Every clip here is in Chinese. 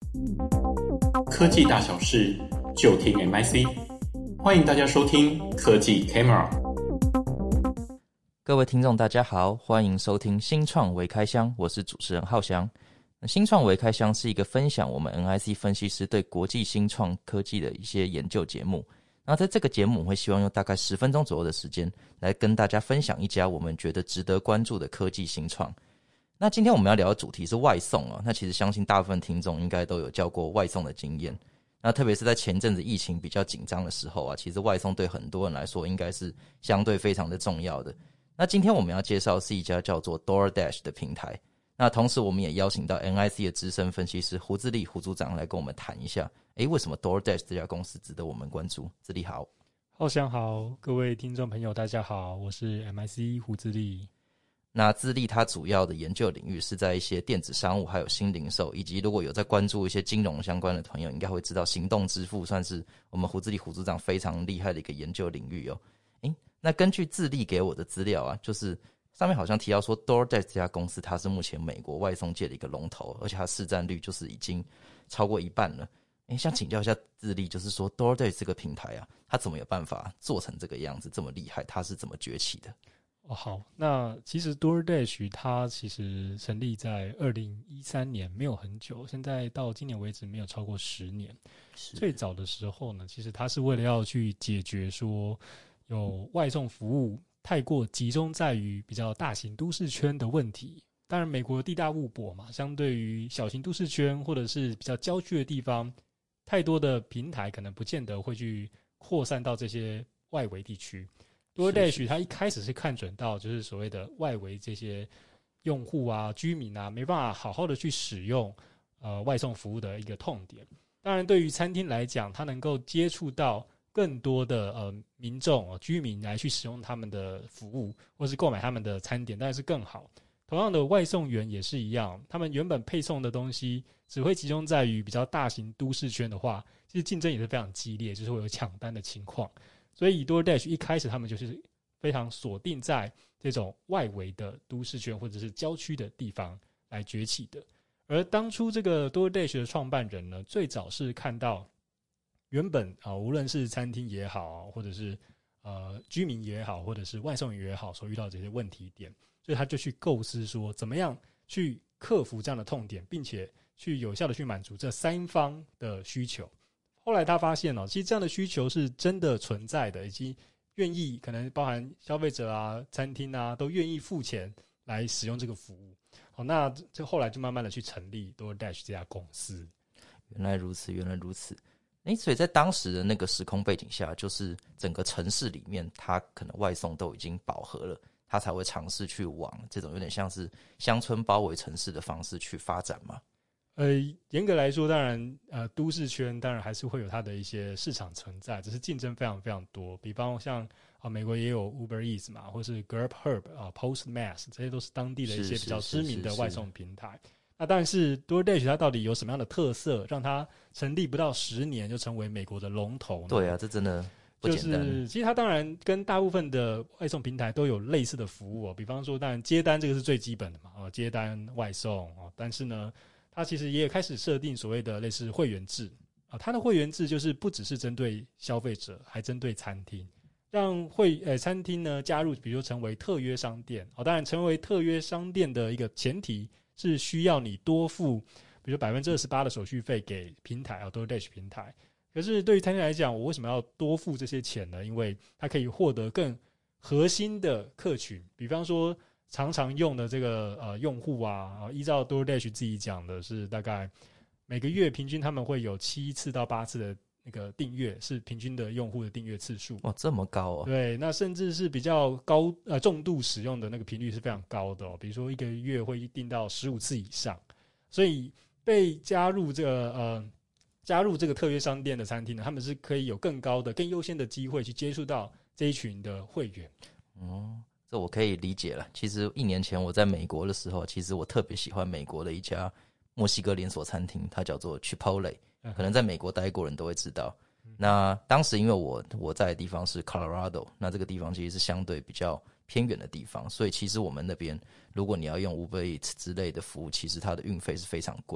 科技大小事就听 MIC， 欢迎大家收听科技 Camera。 各位听众大家好，欢迎收听新创微开箱，我是主持人浩翔。新创微开箱是一个分享我们 NIC 分析师对国际新创科技的一些研究节目。那在这个节目我会希望用大概10分钟左右的时间来跟大家分享一家我们觉得值得关注的科技新创。那今天我们要聊的主题是外送那其实相信大部分听众应该都有叫过外送的经验。那特别是在前阵子疫情比较紧张的时候其实外送对很多人来说应该是相对非常的重要的。那今天我们要介绍是一家叫做 DoorDash 的平台。那同时我们也邀请到 NIC 的资深分析师胡自立胡组长来跟我们谈一下为什么 DoorDash 这家公司值得我们关注。自立好。 浩翔好，各位听众朋友大家好，我是 MIC 胡自立。 那自立它主要的研究领域是在一些电子商务还有新零售，以及如果有在关注一些金融相关的朋友应该会知道行动支付算是我们胡自立胡组长非常厉害的一个研究领域那根据自立给我的资料就是上面好像提到说 DoorDash 这家公司它是目前美国外送界的一个龙头，而且它市占率就是已经超过一半了。想请教一下自立，就是说 DoorDash 这个平台它怎么有办法做成这个样子这么厉害，它是怎么崛起的？ 好，那其实 DoorDash 它其实成立在2013年，没有很久，现在到今年为止没有超过10年。最早的时候呢，其实它是为了要去解决说有外送服务太过集中在于比较大型都市圈的问题。当然美国地大物博嘛，相对于小型都市圈或者是比较郊区的地方，太多的平台可能不见得会去扩散到这些外围地区。DoorDash 它一开始是看准到就是所谓的外围这些用户居民没办法好好的去使用外送服务的一个痛点。当然对于餐厅来讲，它能够接触到更多的民众居民来去使用他们的服务或是购买他们的餐点当然是更好。同样的外送员也是一样，他们原本配送的东西只会集中在于比较大型都市圈的话，其实竞争也是非常激烈，就是会有抢单的情况。所以 DoorDash 一开始他们就是非常锁定在这种外围的都市圈或者是郊区的地方来崛起的。而当初这个 DoorDash 的创办人呢，最早是看到原本无论是餐厅也好，或者是居民也好，或者是外送员也好，所遇到这些问题点，所以他就去构思说怎么样去克服这样的痛点，并且去有效的去满足这三方的需求。后来他发现其实这样的需求是真的存在的，以及愿意可能包含消费者餐厅都愿意付钱来使用这个服务。那这后来就慢慢的去成立 DoorDash 这家公司。 原来如此，原来如此。所以在当时的那个时空背景下，就是整个城市里面它可能外送都已经饱和了，它才会尝试去往这种有点像是乡村包围城市的方式去发展嘛。 严格来说当然都市圈当然还是会有它的一些市场存在，只是竞争非常非常多。比方像美国也有 Uber Eats 嘛，或是 Grubhub、Postmates 这些都是当地的一些比较知名的外送平台。那但是 DoorDash 它到底有什么样的特色，让它成立不到10年就成为美国的龙头呢？ 对这真的不简单。 就是其实它当然跟大部分的外送平台都有类似的服务比方说当然接单这个是最基本的嘛接单外送但是呢它其实也开始设定所谓的类似会员制它的会员制就是不只是针对消费者，还针对餐厅，让餐厅呢加入，比如说成为特约商店当然成为特约商店的一个前提是需要你多付比如说 28% 的手续费给平台DoorDash 平台。可是对于餐厅来讲，我为什么要多付这些钱呢？因为它可以获得更核心的客群，比方说常常用的这个用户依照 DoorDash 自己讲的是大概每个月平均他们会有7次到8次的那个订阅，是平均的用户的订阅次数。 这么高对，那甚至是比较高重度使用的那个频率是非常高的比如说一个月会订到15次以上。所以被加入这个特约商店的餐厅呢，他们是可以有更高的更优先的机会去接触到这一群的会员。 这我可以理解了。其实1年前我在美国的时候，其实我特别喜欢美国的一家墨西哥连锁餐厅，它叫做 Chipotle， 可能在美国待过人都会知道。那当时因为我在的地方是 Colorado， 那这个地方其实是相对比较偏远的地方，所以其实我们那边如果你要用 Uber Eats 之类的服务，其实它的运费是非常贵。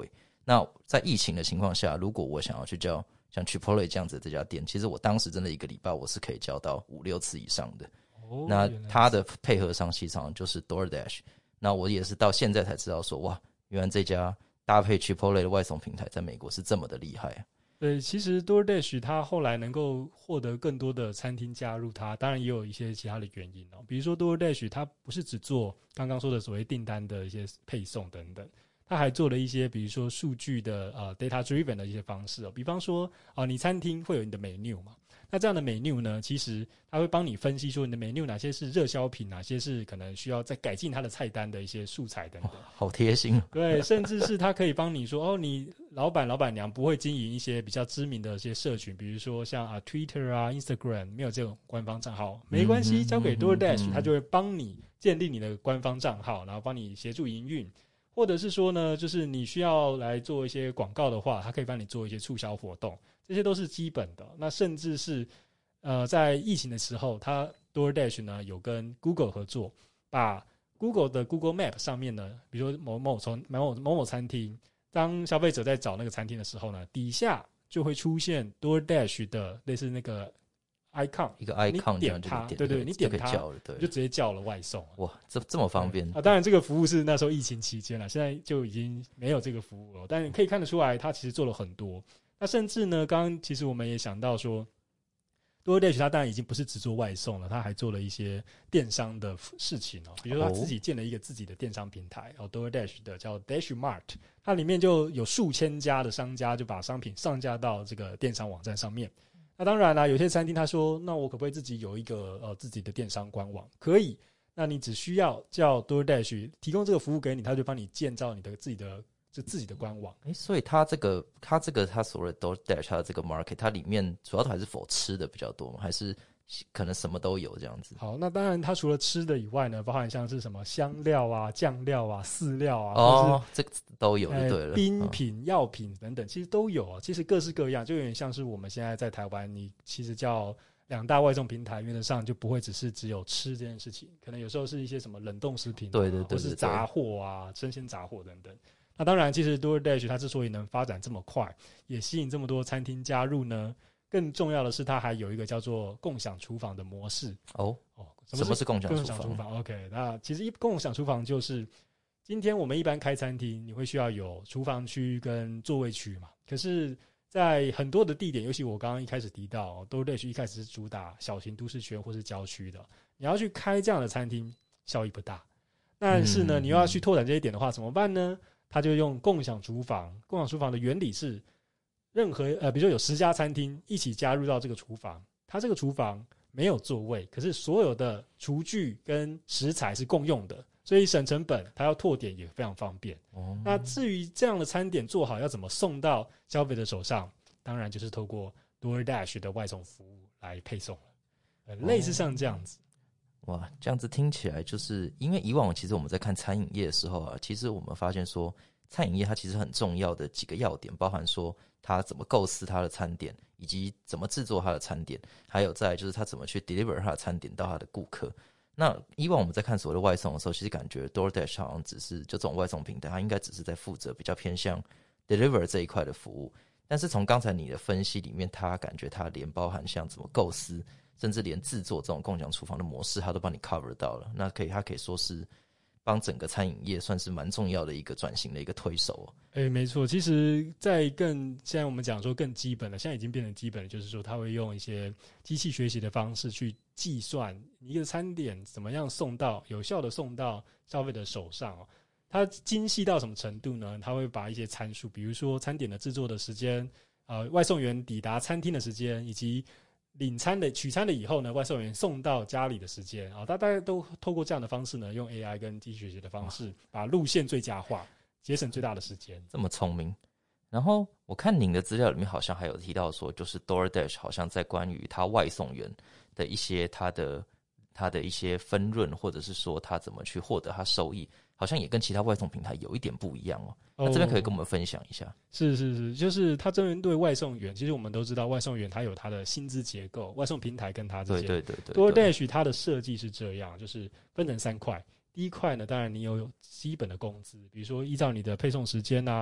那在疫情的情况下，如果我想要去叫像 Chipotle 这样子的这家店，其实我当时真的一个礼拜我是可以叫到5-6次以上的。那它的配合商其实就是 DoorDash。那我也是到现在才知道说，哇，原来这家搭配 Chipotle 的外送平台在美国是这么的厉害啊。 对，其实 DoorDash 它后来能够获得更多的餐厅加入它，当然也有一些其他的原因比如说 DoorDash 它不是只做刚刚说的所谓订单的一些配送等等，它还做了一些比如说数据的data driven 的一些方式比方说你餐厅会有你的 menu 嘛，那这样的 menu 呢，其实它会帮你分析说你的 menu 哪些是热销品，哪些是可能需要再改进它的菜单的一些素材等等。 好贴心。 对，甚至是它可以帮你说你老板娘不会经营一些比较知名的一些社群，比如说像Twitter Instagram 没有这种官方账号，没关系，交给 DoorDash，它就会帮你建立你的官方账号，然后帮你协助营运。或者是说呢，就是你需要来做一些广告的话，它可以帮你做一些促销活动，这些都是基本的。那甚至是在疫情的时候，它 DoorDash 呢有跟 Google 合作，把 Google 的 Google Map 上面呢，比如说某某餐厅，当消费者在找那个餐厅的时候呢，底下就会出现 DoorDash 的类似那个 icon， 一个 icon， 你点它，对，你点它就直接叫了外送。 哇，这么方便当然这个服务是那时候疫情期间了，现在就已经没有这个服务了。但可以看得出来，它其实做了很多。那甚至呢，刚刚其实我们也想到说，DoorDash 它当然已经不是只做外送了，它还做了一些电商的事情比如说它自己建了一个自己的电商平台DoorDash 的叫 DashMart， 它里面就有数千家的商家就把商品上架到这个电商网站上面。那当然啦，有些餐厅他说，那我可不可以自己有一个自己的电商官网？可以，那你只需要叫 DoorDash 提供这个服务给你，他就帮你建造你的自己的官网。 所以它所谓的 DoorDash 它的这个 market， 它里面主要还是否吃的比较多吗？还是可能什么都有这样子？ 好，那当然它除了吃的以外呢，包含像是什么香料酱料饲料或是这个都有就对了， 冰品药品等等其实都有其实各式各样，就有点像是我们现在在台湾，你其实叫2大外送平台，原则上就不会只有吃这件事情，可能有时候是一些什么冷冻食品对， 或是杂货生鲜杂货等等。那当然其实 DoorDash 它之所以能发展这么快，也吸引这么多餐厅加入呢，更重要的是它还有一个叫做共享厨房的模式。 什么是共享厨房 OK， 那其实共享厨房就是今天我们一般开餐厅，你会需要有厨房区跟座位区嘛，可是在很多的地点，尤其我刚刚一开始提到 DoorDash 一开始是主打小型都市圈或是郊区的，你要去开这样的餐厅效益不大。但是呢，你又要去拓展这一点的话怎么办呢？他就用共享厨房。共享厨房的原理是，任何比如说有10家餐厅一起加入到这个厨房，它这个厨房没有座位，可是所有的厨具跟食材是共用的，所以省成本，它要拓点也非常方便。那至于这样的餐点做好要怎么送到消费者手上，当然就是透过 DoorDash 的外送服务来配送了，类似像这样子。 哇，这样子听起来就是因为以往其实我们在看餐饮业的时候其实我们发现说餐饮业它其实很重要的几个要点，包含说它怎么构思它的餐点，以及怎么制作它的餐点，还有再来就是它怎么去 deliver 它的餐点到它的顾客。那以往我们在看所谓的外送的时候，其实感觉 DoorDash 好像只是就这种外送平台，它应该只是在负责比较偏向 deliver 这一块的服务。但是从刚才你的分析里面，它感觉它连包含像怎么构思，甚至连制作这种共享厨房的模式，它都帮你 cover 到了。那它可以说是帮整个餐饮业算是蛮重要的一个转型的一个推手没错，其实现在我们讲说更基本的，现在已经变成基本的，就是说它会用一些机器学习的方式去计算你一个餐点怎么样有效的送到消费者手上它精细到什么程度呢？它会把一些参数，比如说餐点的制作的时间，外送员抵达餐厅的时间，以及取餐了以后呢，外送员送到家里的时间大概都透过这样的方式呢，用 AI 跟机器学习的方式，把路线最佳化，节省最大的时间。 这么聪明。然后我看您的资料里面好像还有提到说，就是 DoorDash 好像在关于他外送员的一些他的一些分润，或者是说他怎么去获得他收益，好像也跟其他外送平台有一点不一样那这边可以跟我们分享一下？ 是，就是他针对外送员，其实我们都知道外送员他有他的薪资结构，外送平台跟他之间，对 DoorDash 它的设计是这样，就是分成3块。第一块呢，当然你有基本的工资，比如说依照你的配送时间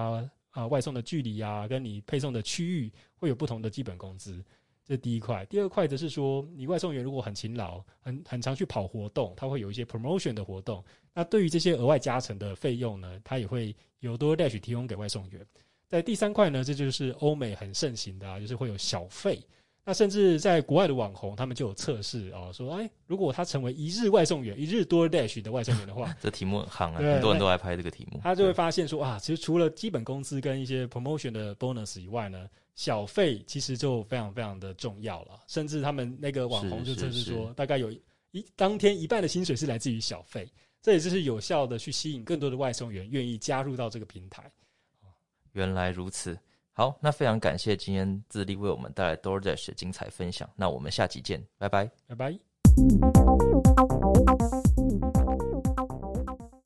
外送的距离啊，跟你配送的区域会有不同的基本工资。这是第一块。第二块则是说，你外送员如果很勤劳，很常去跑活动，他会有一些 promotion 的活动。那对于这些额外加成的费用呢，他也会由 DoorDash 提供给外送员。在第三块呢，这就是欧美很盛行的就是会有小费。那甚至在国外的网红，他们就有测试说，如果他成为一日外送员，一日 DoorDash 的外送员的话， 这题目很夯啊，很多人都来拍这个题目。 他就会发现说其实除了基本工资跟一些 promotion 的 bonus 以外呢，小费其实就非常非常的重要了。甚至他们那个网红就测试说，大概有当天一半的薪水是来自于小费，这也就是有效的去吸引更多的外送员愿意加入到这个平台。 原来如此。好，那非常感谢今天自立为我们带来 DoorDash 的精彩分享。那我们下集见，拜拜， 拜拜。